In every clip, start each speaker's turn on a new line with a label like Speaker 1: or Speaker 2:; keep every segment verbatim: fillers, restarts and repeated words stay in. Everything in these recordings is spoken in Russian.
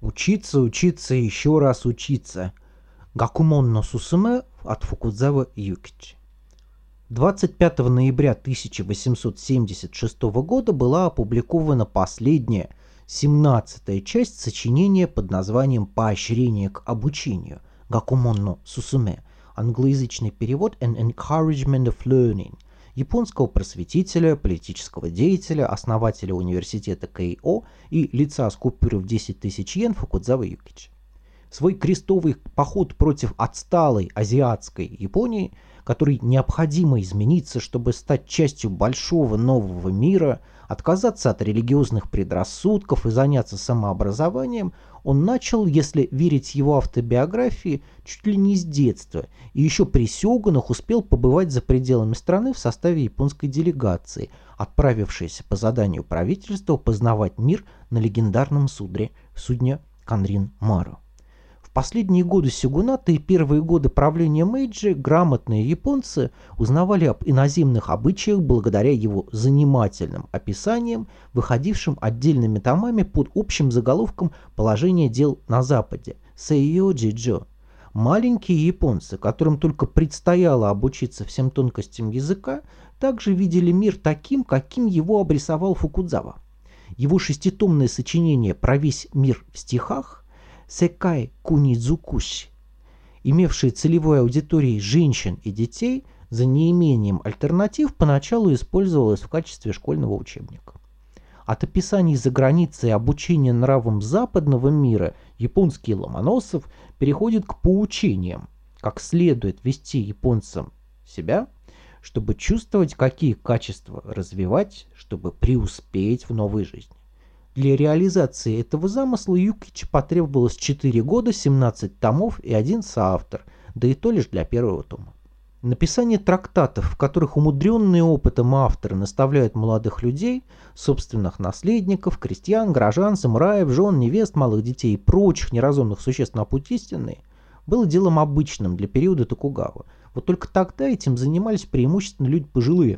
Speaker 1: Учиться, учиться и еще раз учиться. Гакумон но Сусуме от Фукудзавы Юкичи. двадцать пятого ноября тысяча восемьсот семьдесят шестого года была опубликована последняя, семнадцатая часть сочинения под названием «Поощрение к обучению» Гакумон но Сусуме, англоязычный перевод «An Encouragement of Learning», японского просветителя, политического деятеля, основателя университета Кейо и лица с купюрой в десять тысяч йен Фукудзавы Юкичи. Свой крестовый поход против отсталой азиатской Японии, которой необходимо измениться, чтобы стать частью большого нового мира, отказаться от религиозных предрассудков и заняться самообразованием, он начал, если верить его автобиографии, чуть ли не с детства, и еще при сёгунах успел побывать за пределами страны в составе японской делегации, отправившейся по заданию правительства познавать мир на легендарном судне, судне Канрин Мару. В последние годы сёгуната и первые годы правления Мэйджи грамотные японцы узнавали об иноземных обычаях благодаря его занимательным описаниям, выходившим отдельными томами под общим заголовком «Положение дел на Западе» Сэйёджи-джо. Маленькие японцы, которым только предстояло обучиться всем тонкостям языка, также видели мир таким, каким его обрисовал Фукудзава. Его шеститомное сочинение «Про весь мир в стихах» Секай Кунидзукуши, имевшие целевой аудиторией женщин и детей, за неимением альтернатив поначалу использовалось в качестве школьного учебника. От описаний за границей обучения нравам западного мира японский Ломоносов переходит к поучениям, как следует вести японцам себя, чтобы чувствовать, какие качества развивать, чтобы преуспеть в новой жизни. Для реализации этого замысла Юкичи потребовалось четыре года, семнадцать томов и один соавтор, да и то лишь для первого тома. Написание трактатов, в которых умудренные опытом авторы наставляют молодых людей, собственных наследников, крестьян, горожан, самураев, жен, невест, малых детей и прочих неразумных существ на путь истинный, было делом обычным для периода Токугавы. Вот только тогда этим занимались преимущественно люди пожилые.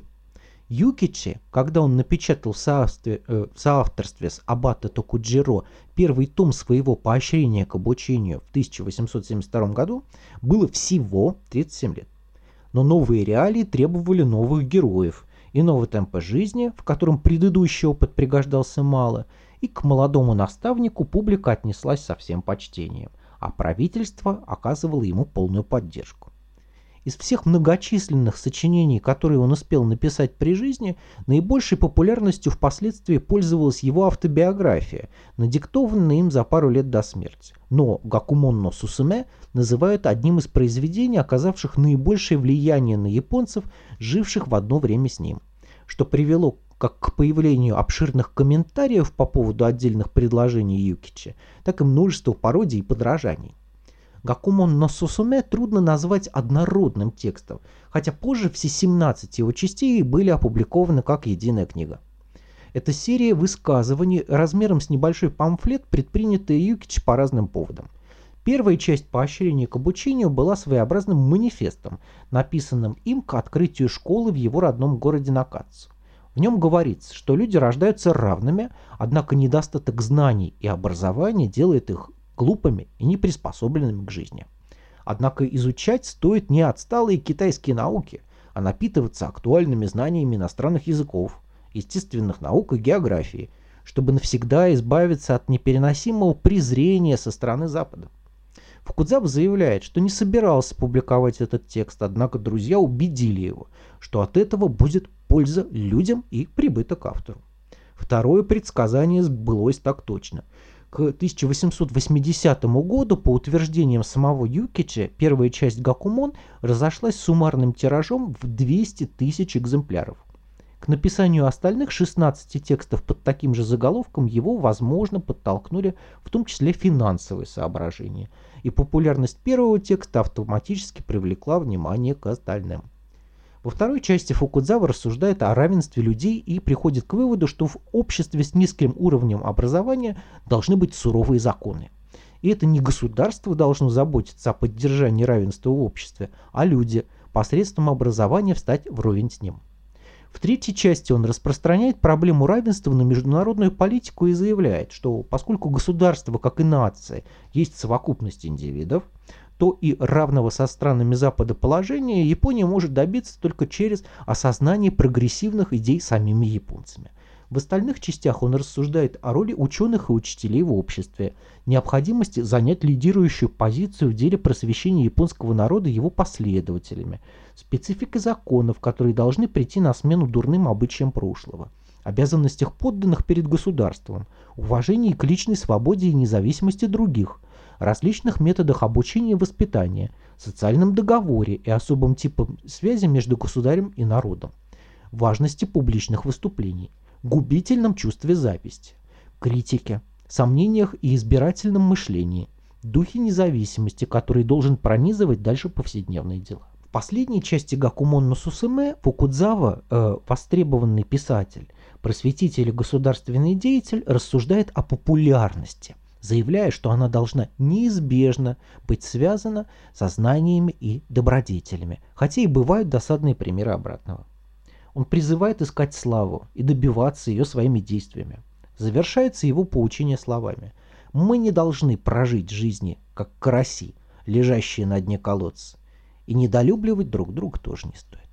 Speaker 1: Юкичи, когда он напечатал в соавторстве, э, в соавторстве с Аббато Токуджиро первый том своего поощрения к обучению в тысяча восемьсот семьдесят втором году, было всего тридцать семь лет. Но новые реалии требовали новых героев, иного темпа жизни, в котором предыдущий опыт пригождался мало, и к молодому наставнику публика отнеслась со всем почтением, а правительство оказывало ему полную поддержку. Из всех многочисленных сочинений, которые он успел написать при жизни, наибольшей популярностью впоследствии пользовалась его автобиография, надиктованная им за пару лет до смерти. Но Гакумон но Сусуме называют одним из произведений, оказавших наибольшее влияние на японцев, живших в одно время с ним, что привело как к появлению обширных комментариев по поводу отдельных предложений Юкичи, так и множество пародий и подражаний. Гакумон но Сусуме трудно назвать однородным текстом, хотя позже все семнадцать его частей были опубликованы как единая книга. Это серия высказываний размером с небольшой памфлет, предпринятая Юкичи по разным поводам. Первая часть поощрения к обучению была своеобразным манифестом, написанным им к открытию школы в его родном городе Накатсу. В нем говорится, что люди рождаются равными, однако недостаток знаний и образования делает их глупыми и неприспособленными к жизни. Однако изучать стоит не отсталые китайские науки, а напитываться актуальными знаниями иностранных языков, естественных наук и географии, чтобы навсегда избавиться от непереносимого презрения со стороны Запада. Фукудзава заявляет, что не собирался публиковать этот текст, однако друзья убедили его, что от этого будет польза людям и прибыток автору. Второе предсказание сбылось так точно. К тысяча восемьсот восьмидесятому году, по утверждениям самого Юкичи, первая часть Гакумон разошлась суммарным тиражом в двести тысяч экземпляров. К написанию остальных шестнадцати текстов под таким же заголовком его, возможно, подтолкнули в том числе финансовые соображения, и популярность первого текста автоматически привлекла внимание к остальным. Во второй части Фукудзава рассуждает о равенстве людей и приходит к выводу, что в обществе с низким уровнем образования должны быть суровые законы. И это не государство должно заботиться о поддержании равенства в обществе, а люди посредством образования встать вровень с ним. В третьей части он распространяет проблему равенства на международную политику и заявляет, что поскольку государство, как и нация, есть совокупность индивидов, то и равного со странами Запада положения Япония может добиться только через осознание прогрессивных идей самими японцами. В остальных частях он рассуждает о роли ученых и учителей в обществе, необходимости занять лидирующую позицию в деле просвещения японского народа его последователями, спецификой законов, которые должны прийти на смену дурным обычаям прошлого, обязанностях подданных перед государством, уважении к личной свободе и независимости других, различных методах обучения и воспитания, социальном договоре и особым типом связи между государем и народом, важности публичных выступлений, губительном чувстве зависти, критике, сомнениях и избирательном мышлении, духе независимости, который должен пронизывать дальше повседневные дела. В последней части Гакумон но Сусэмэ Фукудзава, э, востребованный писатель, просветитель и государственный деятель, рассуждает о популярности, заявляя, что она должна неизбежно быть связана со знаниями и добродетелями, хотя и бывают досадные примеры обратного. Он призывает искать славу и добиваться ее своими действиями. Завершается его поучение словами: «Мы не должны прожить жизни, как караси, лежащие на дне колодца, и недолюбливать друг друга тоже не стоит».